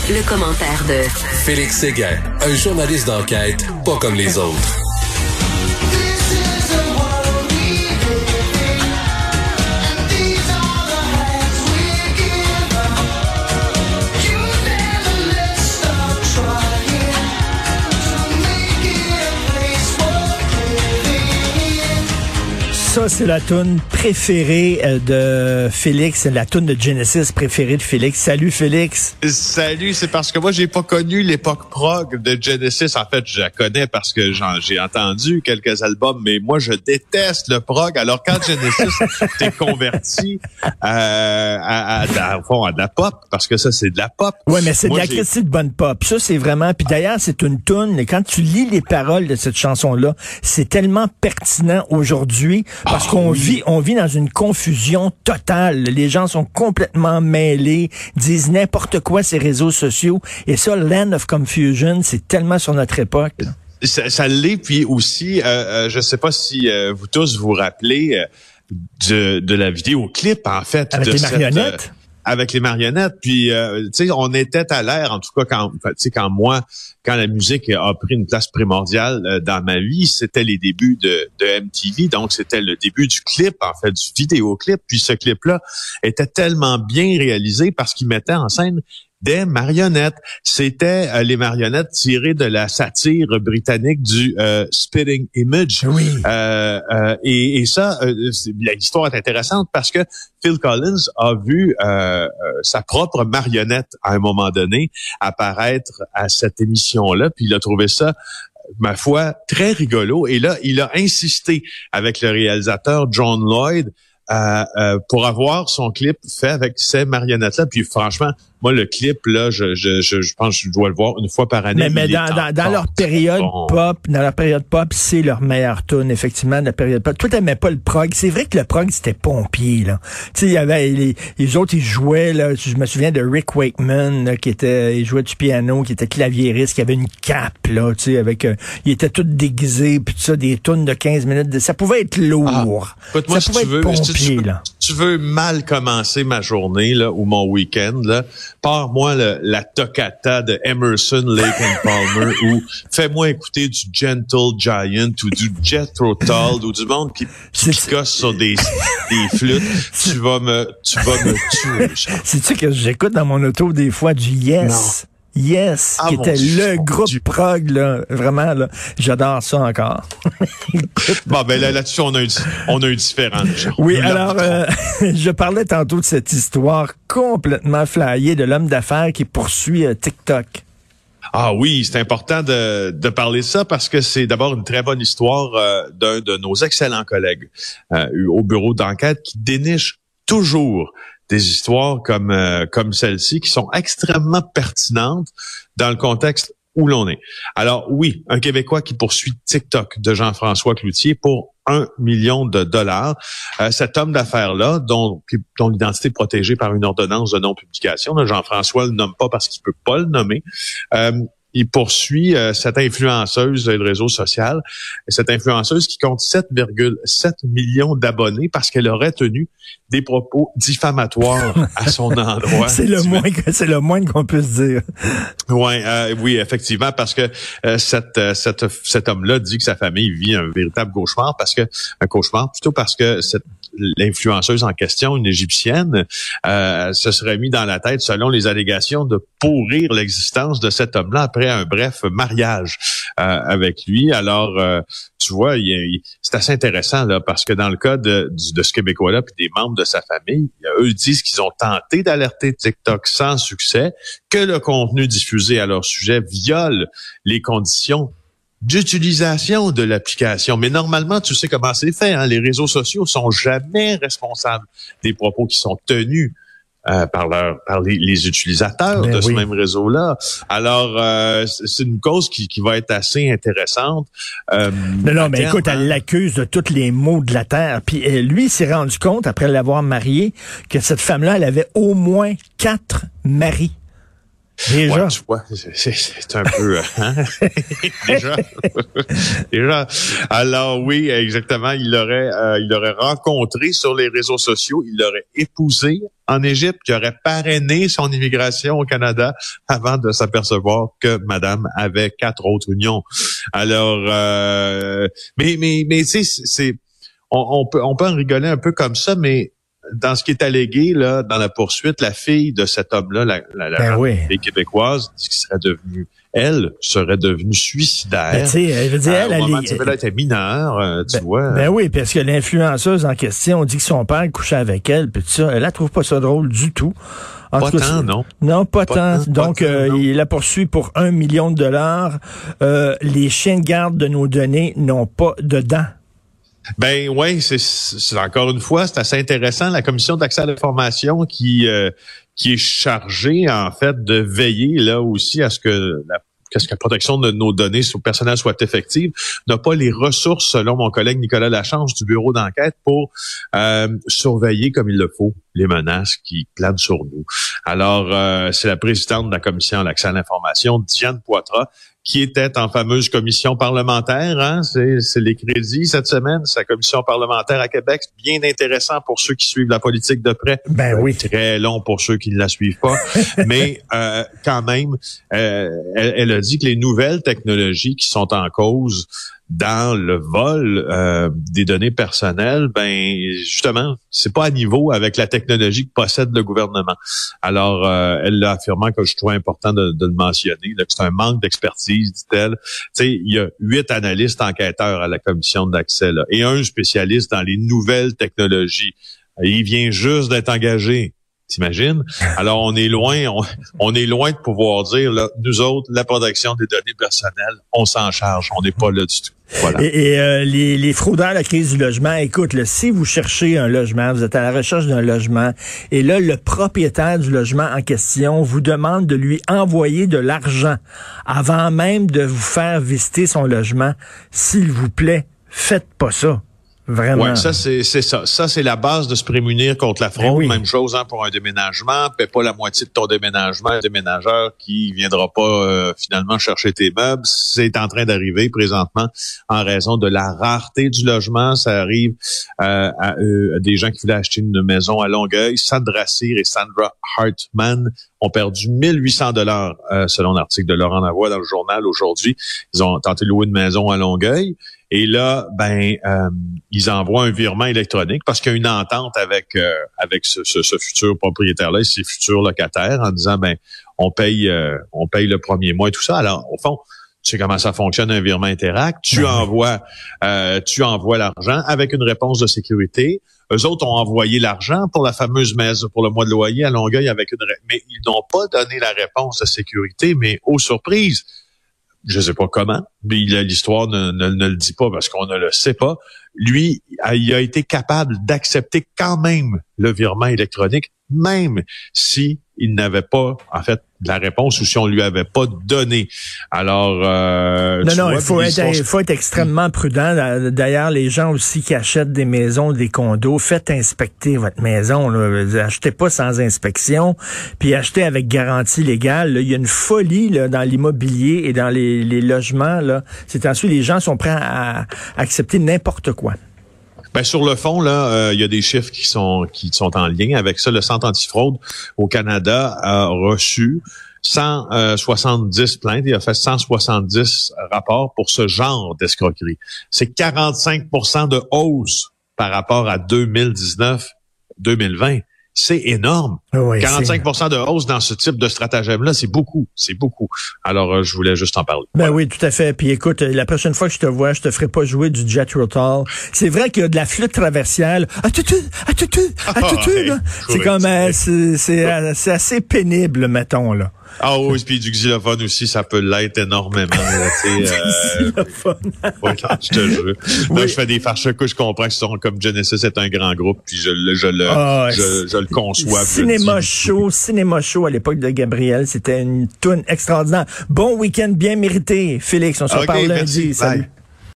le commentaire de Félix Séguin, un journaliste d'enquête pas comme les autres. Ça, c'est la toune préférée de Félix, la toune de Genesis préférée de Félix. Salut, Félix. Salut, c'est parce que moi, j'ai pas connu l'époque prog de Genesis. En fait, je la connais parce que j'ai entendu quelques albums, mais moi, je déteste le prog. Alors, quand Genesis t'es converti à de la pop, parce que ça, c'est de la pop. Ouais, mais c'est moi, de la critique de bonne pop. Ça, c'est vraiment... Puis d'ailleurs, c'est une toune, et quand tu lis les paroles de cette chanson-là, c'est tellement pertinent aujourd'hui. Parce qu'on vit dans une confusion totale. Les gens sont complètement mêlés, disent n'importe quoi ces réseaux sociaux. Et ça, Land of Confusion, c'est tellement sur notre époque. Ça l'est, puis aussi, je sais pas si vous tous vous rappelez de la vidéoclip, en fait. Avec les marionnettes? Avec les marionnettes, puis tu sais, on était à l'air, en tout cas quand la musique a pris une place primordiale dans ma vie, c'était les débuts de MTV, donc c'était le début du clip, en fait, du vidéoclip, puis ce clip-là était tellement bien réalisé parce qu'il mettait en scène des marionnettes. C'était les marionnettes tirées de la satire britannique du Spitting Image. Oui. Et ça, l'histoire est intéressante parce que Phil Collins a vu sa propre marionnette à un moment donné apparaître à cette émission-là, puis il a trouvé ça, ma foi, très rigolo. Et là, il a insisté avec le réalisateur John Lloyd pour avoir son clip fait avec ces marionnettes-là. Puis franchement, moi, le clip, là, je pense que je dois le voir une fois par année. Mais dans leur période pop, c'est leur meilleure tune, effectivement, de la période pop. Toi, t'aimais pas le prog. C'est vrai que le prog, c'était pompier, là. Tu sais, il y avait les autres, ils jouaient, là. Je me souviens de Rick Wakeman, là, il jouait du piano, qui était claviériste, qui avait une cape, là, tu sais, avec, il était tout déguisé, puis tout ça, des tunes de 15 minutes. Ça pouvait être lourd. Écoute-moi, ça pouvait être pompier, là. Tu veux mal commencer ma journée, là, ou mon week-end, là. Pars-moi la toccata de Emerson, Lake and Palmer, ou fais-moi écouter du Gentle Giant ou du Jethro Tull ou du monde qui picosse sur des flûtes. Tu vas me tuer, Charles. Sais-tu que j'écoute dans mon auto des fois du Yes? Non. Yes, qui était le groupe prog, là. Vraiment, là. J'adore ça encore. Bon, ben là-dessus, on a un différent. Oui, alors, je parlais tantôt de cette histoire complètement flyée de l'homme d'affaires qui poursuit TikTok. Ah oui, c'est important de parler de ça parce que c'est d'abord une très bonne histoire d'un de nos excellents collègues au bureau d'enquête qui déniche toujours des histoires comme celle-ci qui sont extrêmement pertinentes dans le contexte où l'on est. Alors oui, un Québécois qui poursuit TikTok de Jean-François Cloutier pour $1 million. Cet homme d'affaires-là, dont l'identité est protégée par une ordonnance de non-publication, Jean-François le nomme pas parce qu'il peut pas le nommer, il poursuit cette influenceuse du réseau social, cette influenceuse qui compte 7,7 millions d'abonnés parce qu'elle aurait tenu des propos diffamatoires à son endroit. C'est le moins qu'on puisse dire. Oui, effectivement, parce que cet homme-là dit que sa famille vit un véritable cauchemar parce que l'influenceuse en question, une Égyptienne, se serait mis dans la tête, selon les allégations, de pourrir l'existence de cet homme-là après un bref mariage avec lui. Alors, tu vois, c'est assez intéressant là, parce que dans le cas de ce Québécois-là puis des membres de sa famille, eux disent qu'ils ont tenté d'alerter TikTok sans succès, que le contenu diffusé à leur sujet viole les conditions d'utilisation de l'application. Mais normalement, tu sais comment c'est fait. Hein? Les réseaux sociaux sont jamais responsables des propos qui sont tenus par les utilisateurs de ce même réseau-là. Alors, c'est une cause qui va être assez intéressante. Non, mais écoute, elle l'accuse de tous les maux de la terre. Puis lui, il s'est rendu compte, après l'avoir mariée, que cette femme-là, elle avait au moins 4 maris. Déjà. Ouais, tu vois, c'est un peu... Déjà. Alors oui, exactement. Il aurait rencontré sur les réseaux sociaux, il l'aurait épousé en Égypte, qui aurait parrainé son immigration au Canada avant de s'apercevoir que madame avait 4 autres unions. Alors, mais tu sais, on peut en rigoler un peu comme ça, mais dans ce qui est allégué là, dans la poursuite, la fille de cet homme-là, la fille québécoise, qui serait devenue suicidaire. Ben, tu sais, elle veut dire, elle était mineure, tu vois. Ben oui, parce que l'influenceuse en question dit que son père couchait avec elle, puis tout ça, elle trouve pas ça drôle du tout. Pas tant, non. Non, pas tant. Donc, il la poursuit pour $1 million. Les chiens de garde de nos données n'ont pas de dents. Ben oui, c'est encore une fois, c'est assez intéressant. La commission d'accès à l'information qui est chargée en fait de veiller là aussi à ce que la protection de nos données personnelles soit effective, n'a pas les ressources, selon mon collègue Nicolas Lachance du bureau d'enquête, pour surveiller comme il le faut les menaces qui planent sur nous. Alors, c'est la présidente de la commission d'accès à l'information, Diane Poitras, qui était en fameuse commission parlementaire, hein, c'est les crédits cette semaine, c'est la commission parlementaire à Québec, bien intéressant pour ceux qui suivent la politique de près. Ben oui. Très long pour ceux qui ne la suivent pas, mais quand même, elle a dit que les nouvelles technologies qui sont en cause dans le vol des données personnelles, ben justement, c'est pas à niveau avec la technologie que possède le gouvernement. Alors, elle l'a affirmé, que je trouve important de le mentionner, là, que c'est un manque d'expertise, dit-elle. Tu sais, il y a 8 analystes enquêteurs à la commission d'accès là, et un spécialiste dans les nouvelles technologies. Il vient juste d'être engagé. T'imagines? Alors, on est loin de pouvoir dire, là, nous autres, la protection des données personnelles, on s'en charge. On n'est pas là du tout. Voilà. Et les fraudeurs à la crise du logement, écoute, là, si vous cherchez un logement, vous êtes à la recherche d'un logement, et là, le propriétaire du logement en question vous demande de lui envoyer de l'argent avant même de vous faire visiter son logement, s'il vous plaît, faites pas ça. Vraiment. Ouais, ça c'est ça. Ça c'est la base de se prémunir contre la fraude. Oui. Même chose pour un déménagement. Paie pas la moitié de ton déménagement. Un déménageur qui viendra pas finalement chercher tes meubles. C'est en train d'arriver présentement en raison de la rareté du logement. Ça arrive à des gens qui voulaient acheter une maison à Longueuil. Sandra Cyr et Sandra Hartman ont perdu $1,800 selon l'article de Laurent Lavoie dans le journal aujourd'hui. Ils ont tenté de louer une maison à Longueuil. Et là, ils envoient un virement électronique parce qu'il y a une entente avec ce futur propriétaire-là et ses futurs locataires en disant, on paye le premier mois et tout ça. Alors, au fond, tu sais comment ça fonctionne un virement Interact. Tu envoies l'argent avec une réponse de sécurité. Eux autres ont envoyé l'argent pour la fameuse maison, pour le mois de loyer à Longueuil mais ils n'ont pas donné la réponse de sécurité, mais aux surprises. Je sais pas comment, mais l'histoire ne le dit pas parce qu'on ne le sait pas. Lui, il a été capable d'accepter quand même le virement électronique, même si il n'avait pas, en fait, la réponse ou si on lui avait pas donné. Alors, il faut être extrêmement prudent. D'ailleurs, les gens aussi qui achètent des maisons, des condos, faites inspecter votre maison. Là. Achetez pas sans inspection, puis achetez avec garantie légale. Là. Il y a une folie là, dans l'immobilier et dans les logements. Là. C'est ensuite les gens sont prêts à accepter n'importe quoi. Sur le fond, là, il y a des chiffres qui sont en lien avec ça. Le Centre antifraude au Canada a reçu 170 plaintes et a fait 170 rapports pour ce genre d'escroquerie. C'est 45% de hausse par rapport à 2019-2020. C'est énorme. Oui, 45% de hausse dans ce type de stratagème-là, c'est beaucoup. Alors, je voulais juste en parler. Oui, tout à fait. Puis écoute, la prochaine fois que je te vois, je te ferai pas jouer du Jethro Tull. C'est vrai qu'il y a de la flûte traversière. C'est comme, c'est assez pénible, mettons, là. Ah oui, puis du xylophone aussi, ça peut l'être énormément. Xylophone. Oui, je te jure. Là, je fais des farce-coups, je comprends qu'ils sont comme Genesis est un grand groupe, puis je le conçois. Cinéma Show à l'époque de Gabriel, c'était une toune extraordinaire. Bon week-end bien mérité, Félix. On se reparle lundi. Salut.